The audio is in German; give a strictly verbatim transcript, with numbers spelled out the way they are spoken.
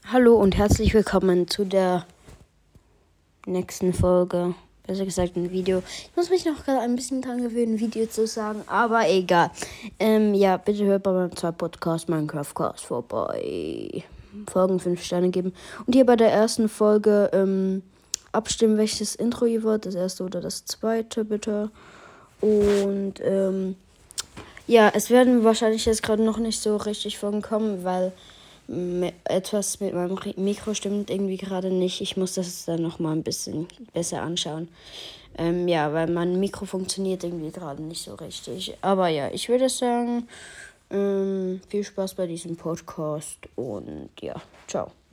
Hallo und herzlich willkommen zu der nächsten Folge. Besser gesagt ein Video. Ich muss mich noch gerade ein bisschen dran gewöhnen, ein Video zu sagen, aber egal. Ähm, ja, bitte hört bei meinem zweiten Podcast Minecraft Cast vorbei. Folgen fünf Sterne geben. Und hier bei der ersten Folge ähm, abstimmen, welches Intro ihr wollt. Das erste oder das zweite, bitte. Und ähm, ja, es werden wahrscheinlich jetzt gerade noch nicht so richtig Folgen kommen, weil etwas mit meinem Mikro stimmt irgendwie gerade nicht. Ich muss das dann noch mal ein bisschen besser anschauen. Ähm, ja, weil mein Mikro funktioniert irgendwie gerade nicht so richtig. Aber ja, ich würde sagen, ähm, viel Spaß bei diesem Podcast und ja, ciao.